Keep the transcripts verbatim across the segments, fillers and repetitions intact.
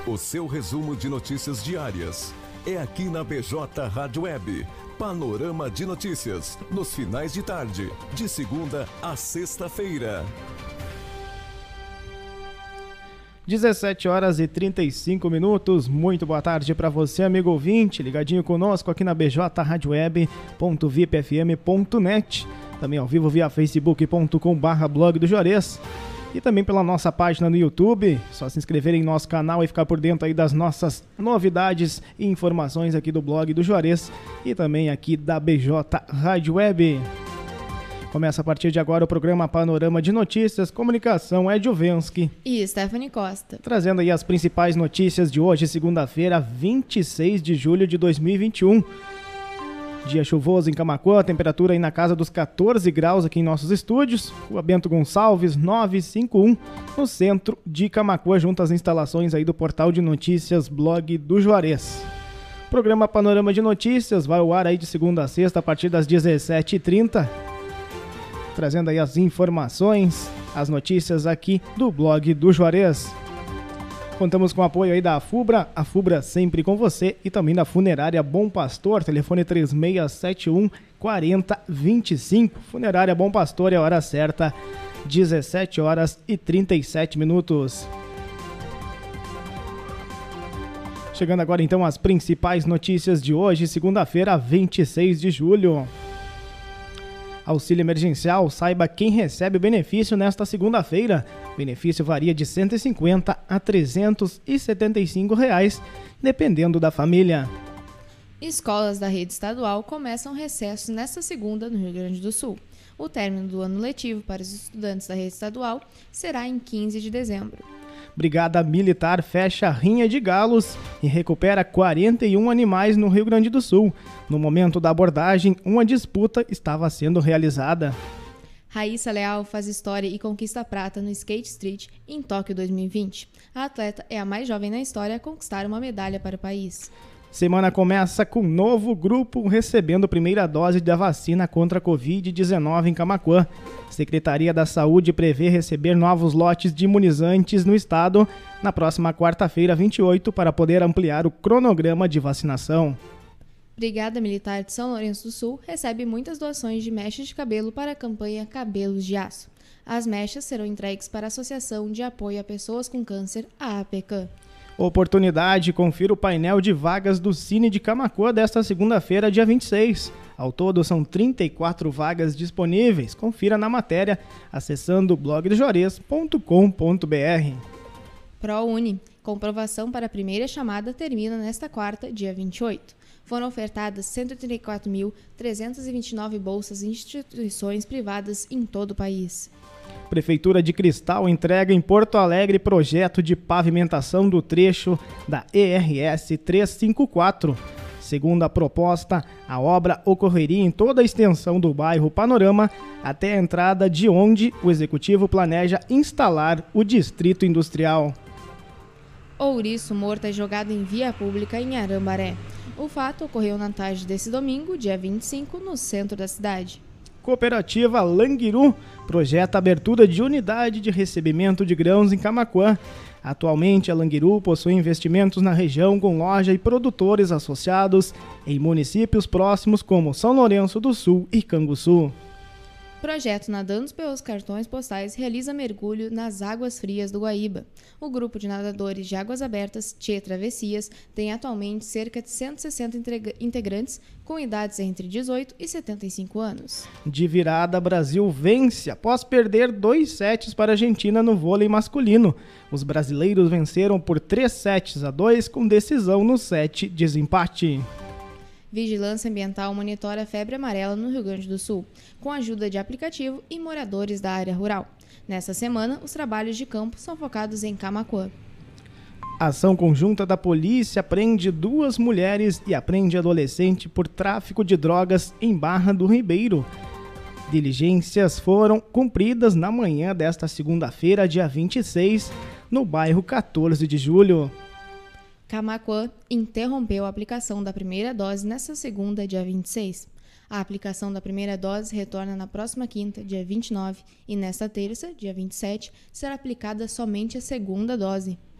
O seu resumo de notícias diárias é aqui na B J Rádio Web. Panorama de notícias, nos finais de tarde, de segunda a sexta-feira. dezessete horas e trinta e cinco minutos. Muito boa tarde para você, amigo ouvinte, ligadinho conosco aqui na B J Rádio Web ponto vip f m ponto net, também ao vivo via facebook ponto com barra blog do Juarez. E também pela nossa página no YouTube, só se inscrever em nosso canal e ficar por dentro aí das nossas novidades e informações aqui do blog do Juarez e também aqui da B J Rádio Web. Começa a partir de agora o programa Panorama de Notícias, comunicação Ed Ovensky e Stephanie Costa. Trazendo aí as principais notícias de hoje, segunda-feira, vinte e seis de julho de dois mil e vinte e um. Dia chuvoso em Camaquã, temperatura aí na casa dos catorze graus aqui em nossos estúdios. Rua Bento Gonçalves, novecentos e cinquenta e um, no centro de Camaquã, junto às instalações aí do portal de notícias Blog do Juarez. Programa Panorama de Notícias vai ao ar aí de segunda a sexta a partir das dezessete e trinta. Trazendo aí as informações, as notícias aqui do Blog do Juarez. Contamos com o apoio aí da Afubra, a Afubra sempre com você, e também da Funerária Bom Pastor, telefone três seis sete um, quatro zero dois cinco. Funerária Bom Pastor é a hora certa, dezessete horas e trinta e sete minutos. Chegando agora então as principais notícias de hoje, segunda-feira, vinte e seis de julho. Auxílio emergencial, saiba quem recebe o benefício nesta segunda-feira. O benefício varia de cento e cinquenta a trezentos e setenta e cinco reais, dependendo da família. Escolas da rede estadual começam recesso nesta segunda no Rio Grande do Sul. O término do ano letivo para os estudantes da rede estadual será em quinze de dezembro. Brigada Militar fecha rinha de galos e recupera quarenta e um animais no Rio Grande do Sul. No momento da abordagem, uma disputa estava sendo realizada. Raíssa Leal faz história e conquista prata no Skate Street em Tóquio dois mil e vinte. A atleta é a mais jovem na história a conquistar uma medalha para o país. Semana começa com novo grupo recebendo primeira dose da vacina contra a covid dezenove em Camaquã. Secretaria da Saúde prevê receber novos lotes de imunizantes no estado na próxima quarta-feira, vinte e oito, para poder ampliar o cronograma de vacinação. Brigada Militar de São Lourenço do Sul recebe muitas doações de mechas de cabelo para a campanha Cabelos de Aço. As mechas serão entregues para a Associação de Apoio a Pessoas com Câncer, a APECAM. Oportunidade, confira o painel de vagas do Cine de Camaquã desta segunda-feira, dia vinte e seis. Ao todo, são trinta e quatro vagas disponíveis. Confira na matéria acessando blog do juarez ponto com ponto b r. ProUni. Comprovação para a primeira chamada termina nesta quarta, dia vinte e oito. Foram ofertadas cento e trinta e quatro mil, trezentas e vinte e nove bolsas em instituições privadas em todo o país. Prefeitura de Cristal entrega em Porto Alegre projeto de pavimentação do trecho da E R S trezentos e cinquenta e quatro. Segundo a proposta, a obra ocorreria em toda a extensão do bairro Panorama até a entrada de onde o executivo planeja instalar o distrito industrial. Ouriço morto é jogado em via pública em Arambaré. O fato ocorreu na tarde desse domingo, dia vinte e cinco, no centro da cidade. Cooperativa Languiru projeta a abertura de unidade de recebimento de grãos em Camaquã. Atualmente, a Languiru possui investimentos na região com loja e produtores associados em municípios próximos como São Lourenço do Sul e Canguçu. Projeto Nadando pelos Cartões Postais realiza mergulho nas águas frias do Guaíba. O grupo de nadadores de águas abertas, Tchê Travessias, tem atualmente cerca de cento e sessenta integrantes com idades entre dezoito e setenta e cinco anos. De virada, Brasil vence após perder dois sets para a Argentina no vôlei masculino. Os brasileiros venceram por três sets a dois com decisão no set de desempate. Vigilância Ambiental monitora a febre amarela no Rio Grande do Sul, com a ajuda de aplicativo e moradores da área rural. Nessa semana, os trabalhos de campo são focados em Camaquã. A ação conjunta da polícia prende duas mulheres e apreende adolescente por tráfico de drogas em Barra do Ribeiro. Diligências foram cumpridas na manhã desta segunda-feira, dia vinte e seis, no bairro quatorze de julho. Camaquã interrompeu a aplicação da primeira dose nesta segunda, dia vinte e seis. A aplicação da primeira dose retorna na próxima quinta, dia vinte e nove, e nesta terça, dia vinte e sete, será aplicada somente a segunda dose.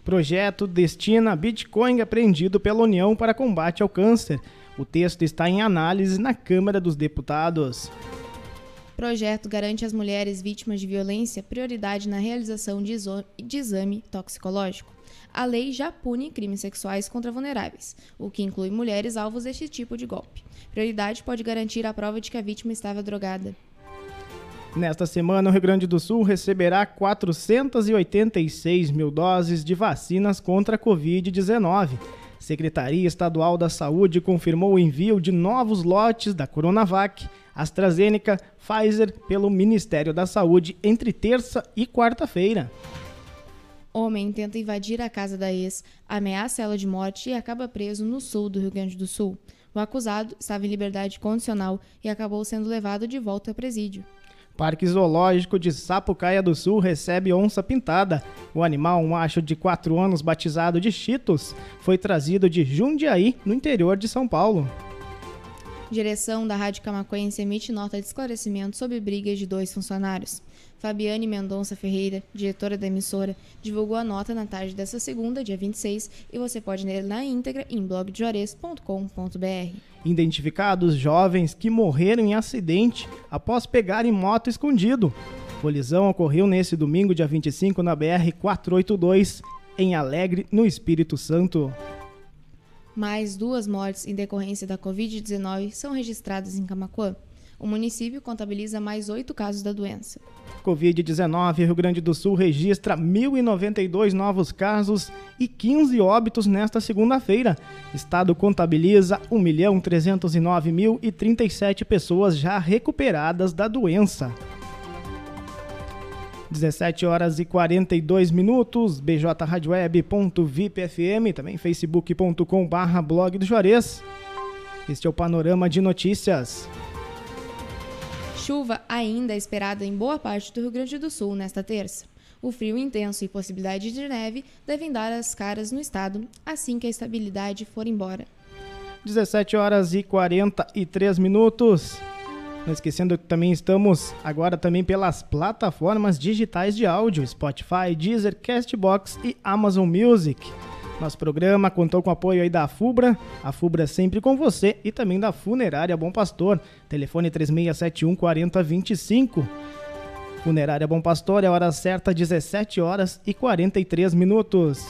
Projeto destina Bitcoin apreendido pela União para combate ao câncer. O texto está em análise na Câmara dos Deputados. Projeto garante às mulheres vítimas de violência prioridade na realização de, de exame toxicológico. A lei já pune crimes sexuais contra vulneráveis, o que inclui mulheres alvos deste tipo de golpe. Prioridade pode garantir a prova de que a vítima estava drogada. Nesta semana, o Rio Grande do Sul receberá quatrocentas e oitenta e seis mil doses de vacinas contra a covid dezenove. Secretaria Estadual da Saúde confirmou o envio de novos lotes da Coronavac, AstraZeneca, Pfizer pelo Ministério da Saúde entre terça e quarta-feira. Homem tenta invadir a casa da ex, ameaça ela de morte e acaba preso no sul do Rio Grande do Sul. O acusado estava em liberdade condicional e acabou sendo levado de volta ao presídio. Parque Zoológico de Sapucaia do Sul recebe onça pintada. O animal, um macho de quatro anos batizado de Cheetos, foi trazido de Jundiaí, no interior de São Paulo. Direção da Rádio Camaquense emite nota de esclarecimento sobre brigas de dois funcionários. Fabiane Mendonça Ferreira, diretora da emissora, divulgou a nota na tarde desta segunda, dia vinte e seis, e você pode ler na íntegra em blog de juarez ponto com ponto b r. Identificados jovens que morreram em acidente após pegarem moto escondido. Colisão ocorreu nesse domingo, dia vinte e cinco, na B R quatrocentos e oitenta e dois, em Alegre, no Espírito Santo. Mais duas mortes em decorrência da covid dezenove são registradas em Camaquã. O município contabiliza mais oito casos da doença. covid dezenove, Rio Grande do Sul registra mil e noventa e dois novos casos e quinze óbitos nesta segunda-feira. Estado contabiliza um milhão trezentos e nove mil e trinta e sete pessoas já recuperadas da doença. dezessete horas e quarenta e dois minutos, b j rádio web ponto vip f m, também facebook ponto com barra blog do Juarez. Este é o Panorama de Notícias. Chuva ainda é esperada em boa parte do Rio Grande do Sul nesta terça. O frio intenso e possibilidade de neve devem dar as caras no estado assim que a estabilidade for embora. dezessete horas e quarenta e três minutos. Não esquecendo que também estamos agora também pelas plataformas digitais de áudio, Spotify, Deezer, Castbox e Amazon Music. Nosso programa contou com o apoio aí da Fubra, a Fubra sempre com você, e também da Funerária Bom Pastor, telefone três seis sete um, quatro zero dois cinco. Funerária Bom Pastor, é a hora certa, dezessete horas e quarenta e três minutos.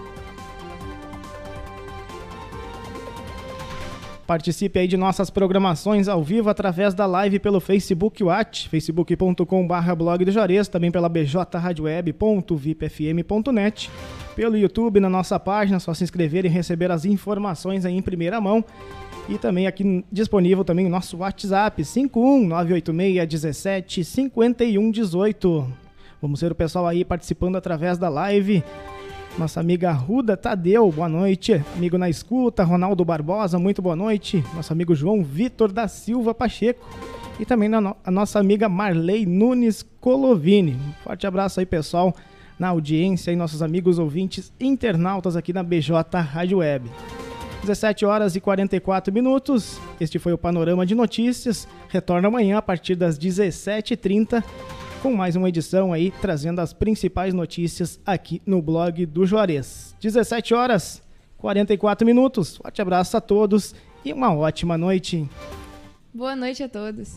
Participe aí de nossas programações ao vivo através da live pelo Facebook Watch, facebook ponto com barra blog do Juarez, também pela b j rádio web ponto vip f m ponto net, pelo YouTube na nossa página, só se inscrever e receber as informações aí em primeira mão. E também aqui disponível também o nosso WhatsApp, cinco um nove oito seis um sete cinco um um oito. Vamos ver o pessoal aí participando através da live. Nossa amiga Ruda Tadeu, boa noite. Amigo na escuta, Ronaldo Barbosa, muito boa noite. Nosso amigo João Vitor da Silva Pacheco. E também a nossa amiga Marley Nunes Colovini. Um forte abraço aí, pessoal, na audiência e nossos amigos ouvintes internautas aqui na B J Rádio Web. dezessete horas e quarenta e quatro minutos. Este foi o Panorama de Notícias. Retorna amanhã a partir das dezessete e trinta com mais uma edição aí, trazendo as principais notícias aqui no blog do Juarez. dezessete horas e quarenta e quatro minutos. Forte abraço a todos e uma ótima noite. Boa noite a todos.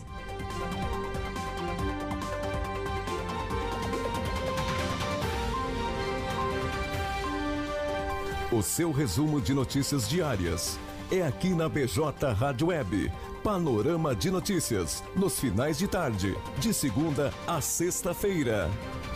O seu resumo de notícias diárias é aqui na B J Rádio Web. Panorama de Notícias, nos finais de tarde, de segunda a sexta-feira.